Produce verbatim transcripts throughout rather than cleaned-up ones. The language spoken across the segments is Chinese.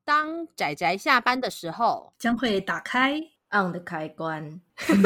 当宅宅下班的时候， 将会打开 on 的开关。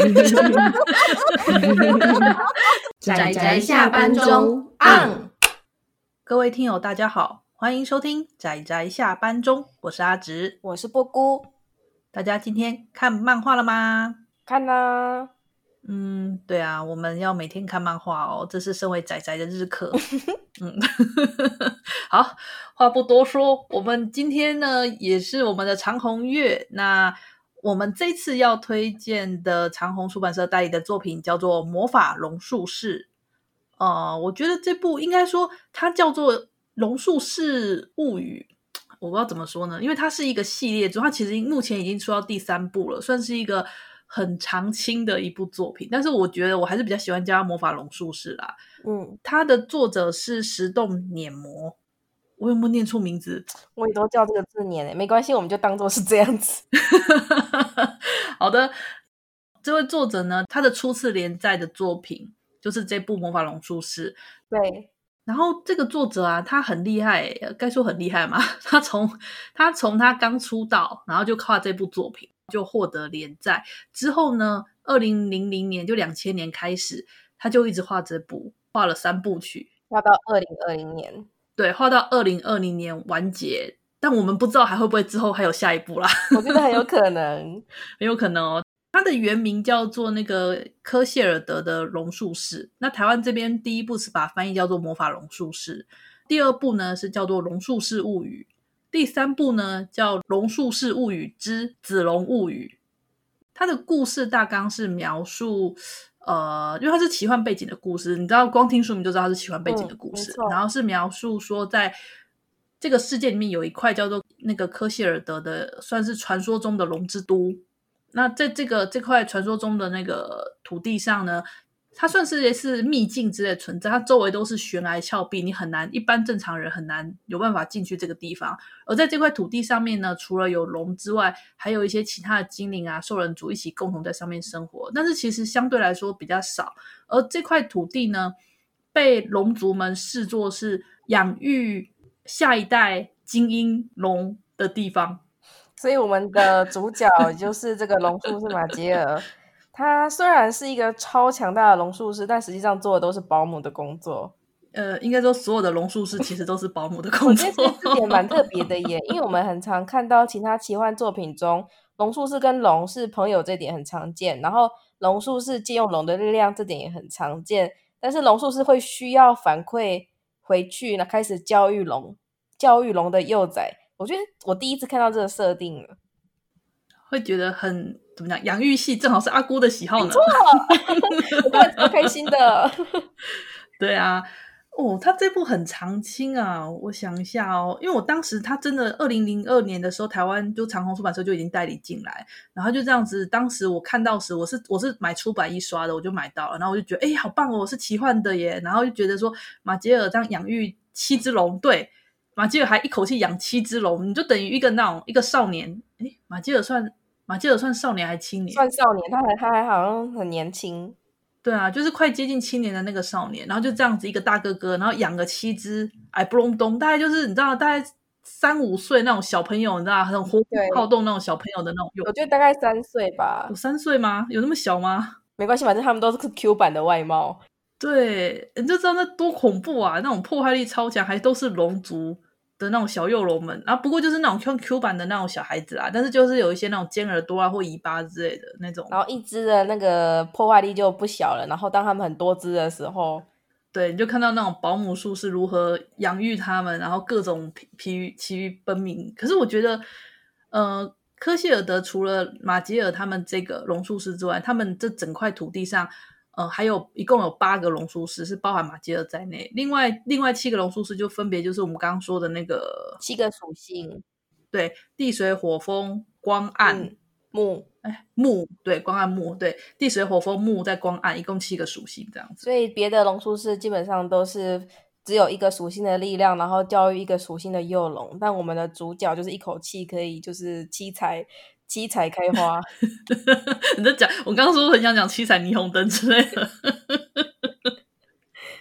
宅宅下班中 on。 各位听友大家好，欢迎收听宅宅下班中，我是阿直， 我是波姑。 大家今天看漫画了吗？ 看啦。 嗯，对啊，我们要每天看漫画哦，这是身为宅宅的日课。嗯，好，话不多说，我们今天呢也是我们的长虹月，那我们这次要推荐的长虹出版社代理的作品叫做《魔法龙术士》。呃，我觉得这部应该说它叫做《龙术士物语》，我不知道怎么说呢，因为它是一个系列作，它其实目前已经出到第三部了，算是一个很长青的一部作品，但是我觉得我还是比较喜欢叫它魔法龙术士啦。 嗯， 它的作者是石洞碾磨，我有没有念错名字？ 我也都叫这个字念诶，没关系，我们就当做是这样子。 好的，这位作者呢，他的初次连载的作品就是这部魔法龙术士。 对， 然后这个作者啊，他很厉害耶，该说很厉害吗？他从他从他刚出道，然后就靠这部作品就获得连载，之后呢二零零零年就两千年开始，他就一直画这部，画了三部曲， 画到二零二零年。 对，画到二零二零年完结，但我们不知道还会不会之后还有下一部啦。 我觉得很有可能。 很有可能哦。它的原名叫做那个科谢尔德的龙术士，那台湾这边第一部是把它翻译叫做魔法龙术士，第二部呢是叫做龙术士物语，第三部呢叫龙术士物语之子龙物语。它的故事大纲是描述呃，因为它是奇幻背景的故事，你知道光听书名就知道它是奇幻背景的故事、 嗯、 然后是描述说在这个世界里面有一块叫做那个科谢尔德的，算是传说中的龙之都。那在这个这块传说中的那个土地上呢，它算是也是秘境之类的存在，它周围都是悬崖峭壁，你很难一般正常人很难有办法进去这个地方。而在这块土地上面呢，除了有龙之外，还有一些其他的精灵啊、兽人族一起共同在上面生活，但是其实相对来说比较少。而这块土地呢，被龙族们视作是养育下一代精英龙的地方。 所以我们的主角就是这个龙术士马杰尔，他虽然是一个超强大的龙术士，但实际上做的都是保姆的工作。 呃，应该说所有的龙术士其实都是保姆的工作。 我觉得这点蛮特别的耶，因为我们很常看到其他奇幻作品中，龙术士跟龙是朋友，这点很常见，然后龙术士借用龙的力量，这点也很常见，但是龙术士会需要反馈回去，开始教育龙，教育龙的幼崽。我觉得我第一次看到这个设定了， 会觉得很怎么讲，养育系正好是阿姑的喜好呢。 没错，我看超开心的。 对啊，哦，他这部很长青啊，我想一下哦，因为我当时他真的二零零二年的时候，台湾就长虹出版社就已经代理进来，然后就这样子，当时我看到时，我是我是买出版一刷的，我就买到了，然后我就觉得哎，好棒哦，是奇幻的耶，然后就觉得说马杰尔这样养育七只龙，对。马基尔还一口气养七只龙，你就等于一个那种一个少年。诶，马基尔算马基尔算少年还青年？ 算少年，他还他还好像很年轻。 对啊，就是快接近青年的那个少年，然后就这样子一个大哥哥，然后养个七只矮不隆咚，大概就是你知道，大概三五岁那种小朋友，你知道很活泼好动那种小朋友的那种。 我觉得大概三岁吧。 有三岁吗？有那么小吗？ 没关系，反正他们都是 Q 版的外貌。 对，你就知道那多恐怖啊！那种破坏力超强，还都是龙族的那种小幼龙们，然后不过就是那种 Q Q 版的那种小孩子啊，但是就是有一些那种尖耳朵啊或尾巴之类的那种， 然后一只的那个破坏力就不小了，然后当他们很多只的时候， 对，你就看到那种保姆术是如何养育他们，然后各种疲于其余奔命。可是我觉得呃，科谢尔德除了马杰尔他们这个龙术士之外，他们这整块土地上呃，还有一共有八个龙术士，是包含马杰尔在内。另外，另外七个龙术士就分别就是我们刚刚说的那个七个属性， 对，地水火风光暗、 嗯、木， 哎，木，对，光暗木，对，地水火风木在光暗，一共七个属性这样子。 所以别的龙术士基本上都是只有一个属性的力量，然后教育一个属性的幼龙，但我们的主角就是一口气可以就是七彩。七彩开花。 你在讲，我刚刚说很想讲七彩霓虹灯之类的。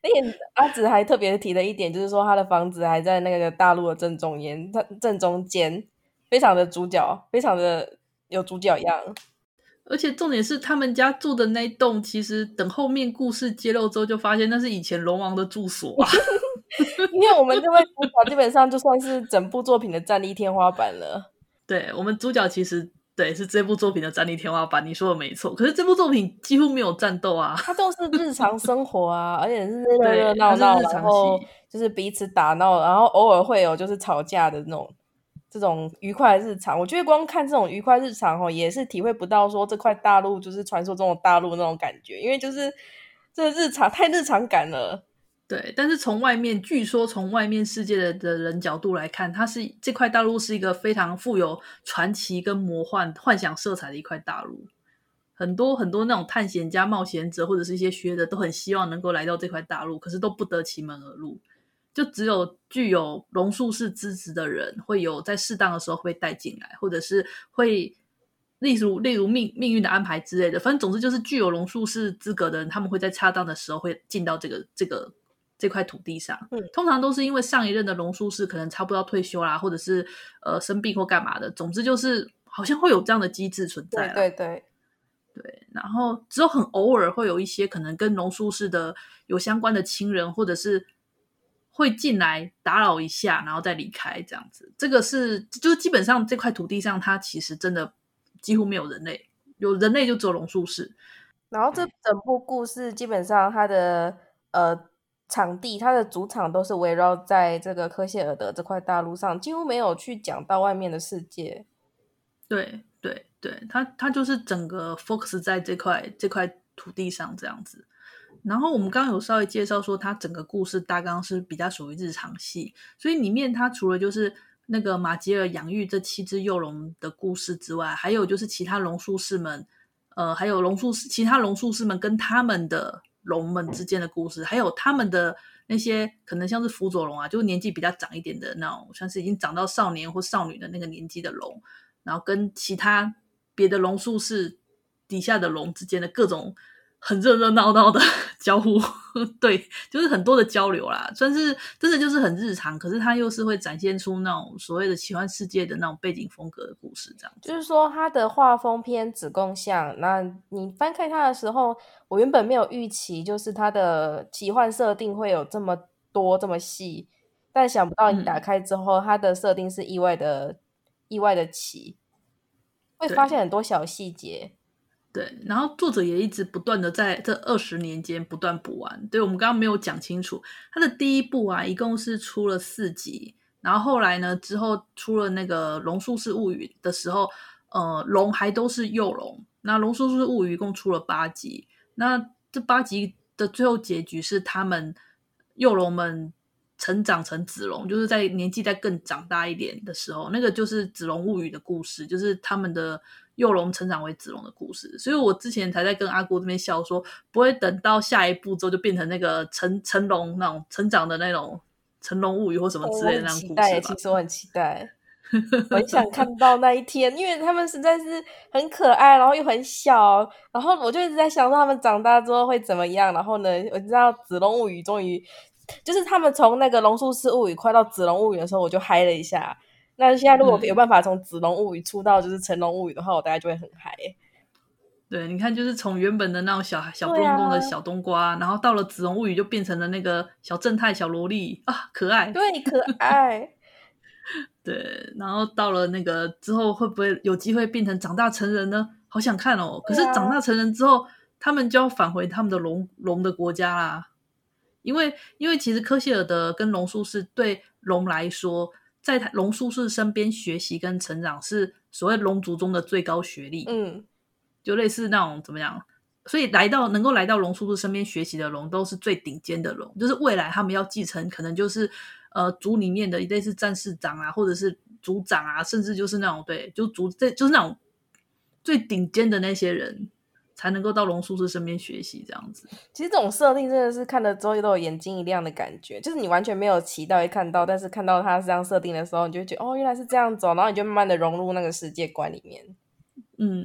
而且阿紫还特别提了一点，就是说他的房子还在那个大陆的正中间，正中间，非常的主角，非常的有主角样。 而且重点是他们家住的那栋，其实等后面故事揭露之后，就发现那是以前龙王的住所啊。 因为我们这位主角基本上就算是整部作品的战力天花板了。 对，我们主角其实对是这部作品的战力天花板，你说的没错。可是这部作品几乎没有战斗啊， 它都是日常生活啊，而且是热热闹闹，然后就是彼此打闹，然后偶尔会有就是吵架的那种这种愉快的日常。我觉得光看这种愉快日常哦，也是体会不到说这块大陆就是传说中的大陆那种感觉，因为就是这日常太日常感了。 对，但是从外面，据说从外面世界 的, 的人角度来看，它是这块大陆是一个非常富有传奇跟魔幻幻想色彩的一块大陆。很多很多那种探险家、冒险者或者是一些学者都很希望能够来到这块大陆，可是都不得其门而入。就只有具有龙术士资质的人会有在适当的时候会被带进来，或者是会例如例如 命, 命运的安排之类的，反正总之就是具有龙术士资格的人，他们会在恰当的时候会进到这个这个这块土地上。 嗯， 通常都是因为上一任的龙术士可能差不多要退休啦，或者是呃生病或干嘛的，总之就是好像会有这样的机制存在啦。 对对对对，然后只有很偶尔会有一些可能跟龙术士的有相关的亲人，或者是会进来打扰一下，然后再离开这样子。这个是就是基本上这块土地上，它其实真的几乎没有人类，有人类就只有龙术士。 然后这整部故事基本上它的呃场地，它的主场都是围绕在这个科谢尔德这块大陆上，几乎没有去讲到外面的世界。 对对对，它它就是整个 focus 在这块这块土地上这样子。然后我们刚刚有稍微介绍说，它整个故事大纲是比较属于日常戏，所以里面它除了就是那个马吉尔养育这七只幼龙的故事之外，还有就是其他龙术士们，呃，还有龙术士其他龙术士们跟他们的龙们之间的故事，还有他们的那些可能像是辅佐龙啊，就是年纪比较长一点的那种，像是已经长到少年或少女的那个年纪的龙，然后跟其他别的龙术士底下的龙之间的各种很热热闹闹的交互，对，就是很多的交流啦，算是真的就是很日常，可是它又是会展现出那种所谓的奇幻世界的那种背景风格的故事，这样子。 就是说它的画风偏子贡像，那你翻开它的时候，我原本没有预期就是它的奇幻设定会有这么多这么细，但想不到你打开之后，嗯、它的设定是意外的意外的奇，会发现很多小细节。 对，然后作者也一直不断的在这二十年间不断补完。对，我们刚刚没有讲清楚，他的第一部啊，一共是出了四集，然后后来呢，之后出了那个《龙术士物语》的时候，呃，龙还都是幼龙。那《龙术士物语》一共出了八集，那这八集的最后结局是他们幼龙们成长成子龙，就是在年纪再更长大一点的时候，那个就是子龙物语的故事，就是他们的幼龙成长为子龙的故事。所以我之前才在跟阿姑这边笑说，不会等到下一步之后就变成那个成成龙那种成长的那种成龙物语或什么之类的那种故事吧。 我很期待，其实我很期待。我很想看到那一天，因为他们实在是很可爱，然后又很小，然后我就一直在想说他们长大之后会怎么样。然后呢，我知道子龙物语终于就是他们从那个龙术士物语快到子龙物语的时候，我就嗨了一下。那现在如果有办法从子龙物语出到就是成龙物语的话，我大概就会很嗨。 对，你看，就是从原本的那种小小不隆咚的小冬瓜、啊、然后到了子龙物语就变成了那个小正太小萝莉啊，可爱。 对，可爱。 对，然后到了那个之后会不会有机会变成长大成人呢？好想看哦。可是长大成人之后、啊、他们就要返回他们的龙龙的国家啦。因为因为其实科谢尔德跟龙术士对龙来说，在龙术士身边学习跟成长是所谓龙族中的最高学历。 嗯， 就类似那种怎么样，所以来到能够来到龙术士身边学习的龙都是最顶尖的龙，就是未来他们要继承可能就是呃族里面的类似战士长啊，或者是族长啊，甚至就是那种对就族就是那种最顶尖的那些人才能够到龙术士身边学习这样子。 其实这种设定真的是看了之后都有眼睛一亮的感觉，就是你完全没有期待会看到，但是看到他这样设定的时候，你就觉得哦原来是这样子、哦、然后你就慢慢的融入那个世界观里面。 嗯，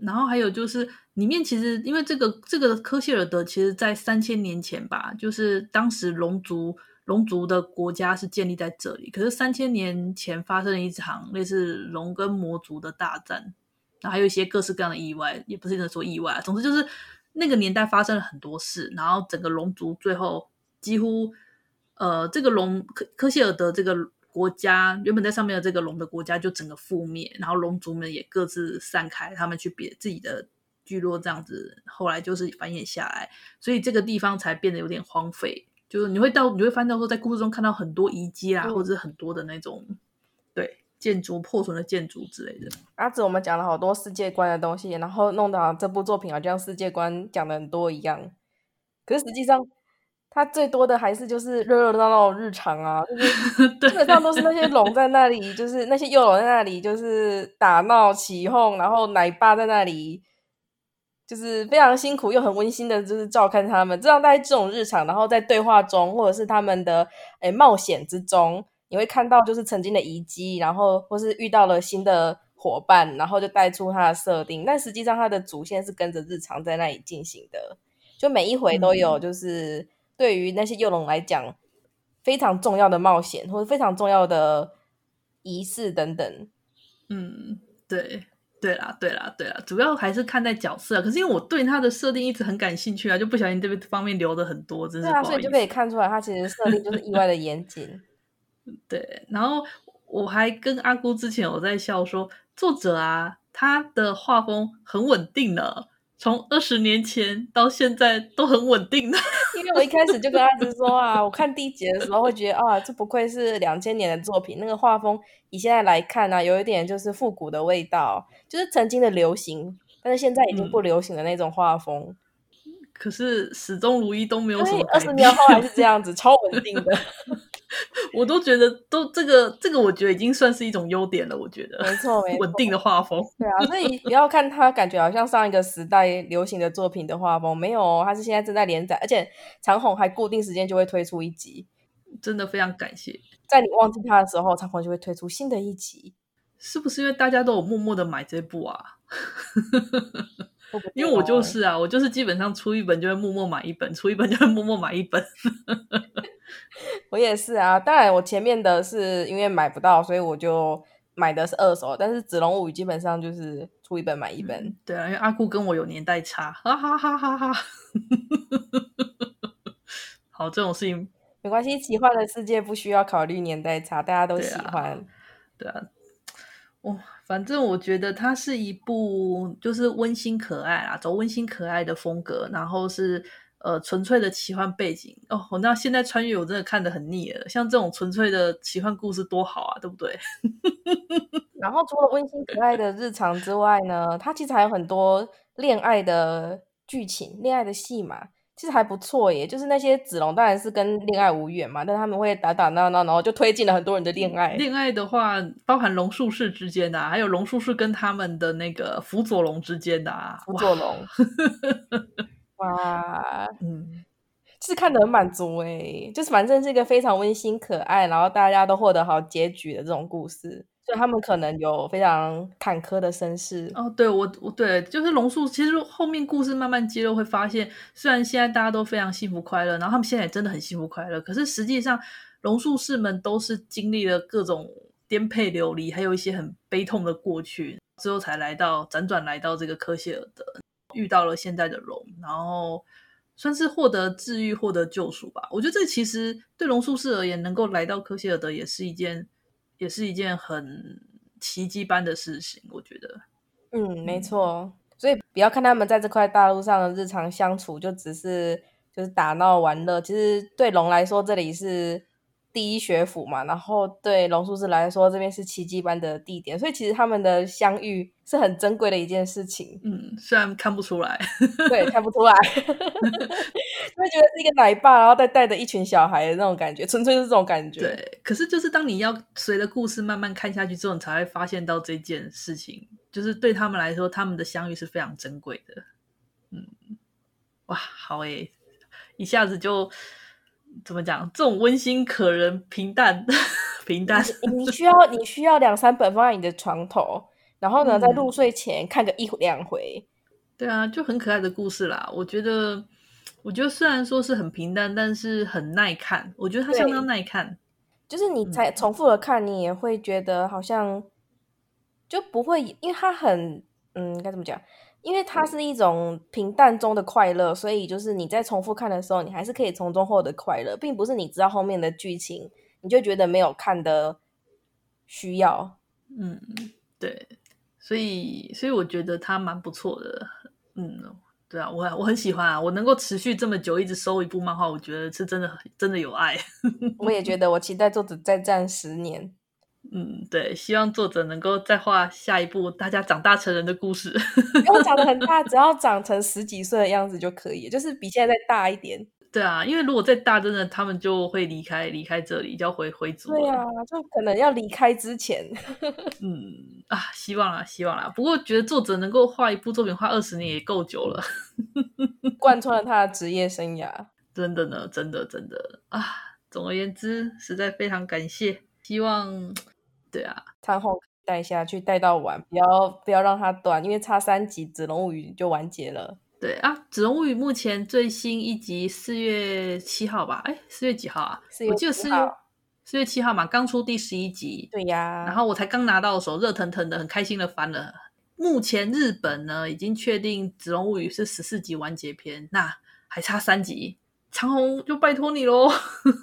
然后还有就是里面其实因为这个这个科谢尔德其实在三千年前吧，就是当时龙族龙族的国家是建立在这里，可是三千年前发生了一场类似龙跟魔族的大战，然后还有一些各式各样的意外，也不是真的说意外，总之就是那个年代发生了很多事，然后整个龙族最后几乎呃这个龙科科谢尔德这个国家原本在上面的这个龙的国家就整个覆灭，然后龙族们也各自散开，他们去别自己的聚落这样子，后来就是繁衍下来，所以这个地方才变得有点荒废，就是你会到你会翻到说在故事中看到很多遗迹啦、嗯、或者是很多的那种对建筑破损的建筑之类的。 阿紫我们讲了好多世界观的东西，然后弄到这部作品好像世界观讲的很多一样，可是实际上它最多的还是就是热热闹闹的日常啊，就是基本上都是那些龙在那里就是那些幼龙在那里就是打闹起哄，然后奶爸在那里就是非常辛苦又很温馨的就是照看他们，这样在这种日常，然后在对话中或者是他们的诶冒险之中，你会看到就是曾经的遗迹，然后或是遇到了新的伙伴，然后就带出它的设定，但实际上它的主线是跟着日常在那里进行的，就每一回都有就是对于那些幼龙来讲非常重要的冒险或者非常重要的仪式等等。 嗯，对对啦对啦对啦，主要还是看在角色、啊、可是因为我对他的设定一直很感兴趣啊，就不小心这方面留的很多，真是不好意思。对啊， 所以就可以看出来他其实设定就是意外的严谨对，然后我还跟阿姑之前有在笑说作者啊他的画风很稳定呢，从二十年前到现在都很稳定的因为我一开始就跟阿紫说啊，我看第一集的时候会觉得啊，这不愧是两千年的作品，那个画风以现在来看啊，有一点就是复古的味道，就是曾经的流行，但是现在已经不流行的那种画风、嗯、 可是始终如一都没有什么改变， 二十年后还是这样子超稳定的我都觉得都这个这个我觉得已经算是一种优点了，我觉得没错没错， 稳定的画风。 对啊，所以不要看它感觉好像上一个时代流行的作品的画风，没有哦，它是现在正在连载，而且长虹还固定时间就会推出一集， 真的非常感谢。 在你忘记它的时候，长虹就会推出新的一集。 是不是因为大家都有默默的买这部啊？因为我就是啊，我就是基本上出一本就会默默买一本，出一本就会默默买一本。 我也是啊，当然我前面的是因为买不到，所以我就买的是二手，但是子龙物语基本上就是出一本买一本、嗯、 对啊，因为阿顾跟我有年代差，哈哈哈哈哈。好，这种事情没关系，奇幻的世界不需要考虑年代差，大家都喜欢。 对啊，哦，反正我觉得它是一部就是温馨可爱啦，走温馨可爱的风格，然后是呃纯粹的奇幻背景哦。我那现在穿越我真的看得很腻了，像这种纯粹的奇幻故事多好啊，对不对？ 然后除了温馨可爱的日常之外呢，它其实还有很多恋爱的剧情，恋爱的戏码。其实还不错耶，就是那些子龙当然是跟恋爱无缘嘛，但他们会打打闹闹，然后就推进了很多人的恋爱。 恋爱的话包含龙术士之间的、啊、还有龙术士跟他们的那个辅佐龙之间的啊， 辅佐龙哇嗯，就是看得很满足耶，就是反正是一个非常温馨可爱，然后大家都获得好结局的这种故事，所以他们可能有非常坎坷的身世。 哦，对，我我对，就是龙术，其实后面故事慢慢揭露会发现，虽然现在大家都非常幸福快乐，然后他们现在也真的很幸福快乐，可是实际上龙术士们都是经历了各种颠沛流离，还有一些很悲痛的过去，之后才来到辗转来到这个科谢尔德，遇到了现在的龙，然后算是获得治愈，获得救赎吧。我觉得这其实对龙术士而言，能够来到科谢尔德也是一件也是一件很奇迹般的事情，我觉得。 嗯，没错。所以不要看他们在这块大陆上的日常相处就只是就是打闹玩乐，其实对龙来说这里是第一学府嘛，然后对龙术士来说这边是奇迹般的地点，所以其实他们的相遇是很珍贵的一件事情。 嗯，虽然看不出来。 对，看不出来。就会觉得是一个奶爸然后再带着一群小孩的那种感觉，纯粹是这种感觉。 对，可是就是当你要随着故事慢慢看下去之后，你才会发现到这件事情就是对他们来说他们的相遇是非常珍贵的。嗯，哇，好诶，一下子就怎么讲，这种温馨可人平淡平淡你, 你需要你需要两三本放在你的床头， 然后呢、 嗯在入睡前看个一两回。 对啊，就很可爱的故事啦。我觉得，我觉得虽然说是很平淡，但是很耐看。我觉得它相当耐看。 就是你才重复的看，你也会觉得好像就不会，因为它很嗯，该怎么讲？因为它是一种平淡中的快乐，所以就是你在重复看的时候，你还是可以从中获得快乐，并不是你知道后面的剧情，你就觉得没有看的需要。 嗯，对，所以所以我觉得它蛮不错的。嗯，对啊，我我很喜欢啊，我能够持续这么久一直收一部漫画，我觉得是真的真的有爱。 我也觉得，我期待作者再战十年。 嗯，对，希望作者能够再画下一部大家长大成人的故事。 不用长得很大，只要长成十几岁的样子就可以，就是比现在再大一点。 对啊，因为如果再大，真的他们就会离开离开这里，就要回回族了。 对啊，就可能要离开之前。 嗯啊，希望啦，希望啦。不过觉得作者能够画一部作品画二十年也够久了， 贯穿了他的职业生涯。 真的呢，真的真的啊。总而言之，实在非常感谢，希望对啊， 长虹带下去，带到完，不要不要让它短，因为差三集《子龙物语》就完结了。 对啊，《子龙物语》目前最新一集四月七号吧？哎，四月几号啊？我记得四月四月七号嘛，刚出第十一集。 对呀， 然后我才刚拿到手，热腾腾的，很开心的翻了。目前日本呢已经确定《子龙物语》是十四集完结篇，那还差三集，长虹就拜托你咯。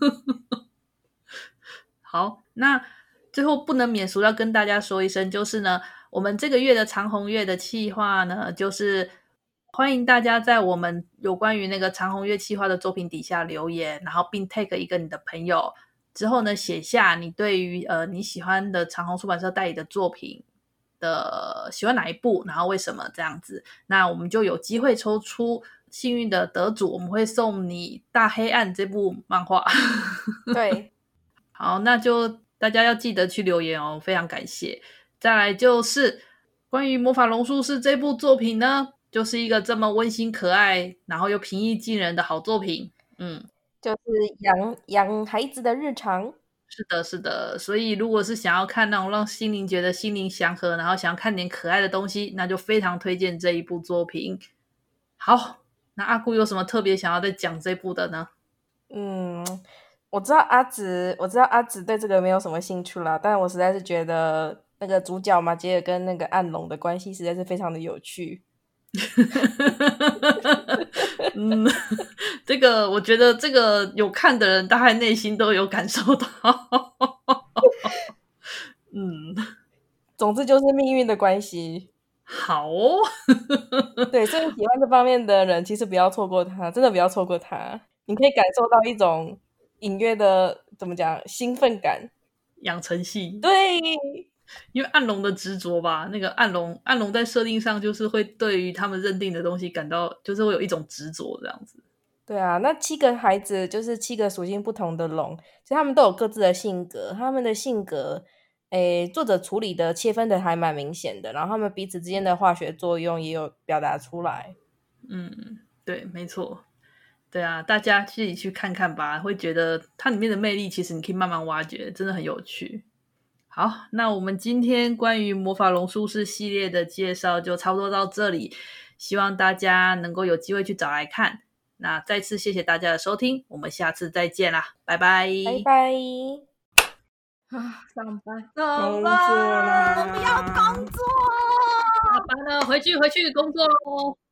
好，那最后不能免俗要跟大家说一声，就是呢，我们这个月的长虹月的企划呢，就是欢迎大家在我们有关于那个长虹月企划的作品底下留言，然后并 tag 一个你的朋友，之后呢写下你对于呃你喜欢的长虹出版社代理的作品的喜欢哪一部，然后为什么这样子，那我们就有机会抽出幸运的得主，我们会送你大黑暗这部漫画。 对， 好，那就大家要记得去留言哦，非常感谢。再来就是关于魔法龙术士这部作品呢，就是一个这么温馨可爱，然后又平易近人的好作品。嗯， 就是养养孩子的日常。 是的，是的。所以如果是想要看那种让心灵觉得心灵祥和，然后想要看点可爱的东西，那就非常推荐这一部作品。好，那阿姑有什么特别想要再讲这部的呢？ 嗯，我知道阿紫，我知道阿紫对这个没有什么兴趣啦，但我实在是觉得那个主角马杰尔跟那个暗龙的关系实在是非常的有趣。 嗯，这个我觉得这个有看的人大概内心都有感受到。嗯， 总之就是命运的关系。 好哦。 对，所以喜欢这方面的人其实不要错过他，真的不要错过他，你可以感受到一种隐约的怎么讲兴奋感。 养成系， 对， 因为暗龙的执着吧，那个暗龙暗龙在设定上就是会对于他们认定的东西感到就是会有一种执着这样子。 对啊，那七个孩子就是七个属性不同的龙，其实他们都有各自的性格，他们的性格诶，作者处理的切分的还蛮明显的，然后他们彼此之间的化学作用也有表达出来。 嗯，对，没错。对啊，大家自己去看看吧，会觉得它里面的魅力其实你可以慢慢挖掘，真的很有趣。好，那我们今天关于魔法龙术士系列的介绍就差不多到这里，希望大家能够有机会去找来看。那再次谢谢大家的收听，我们下次再见啦，拜拜。 拜拜。 啊，上班， 工作啦， 我不要工作。 下班了，回去回去工作咯。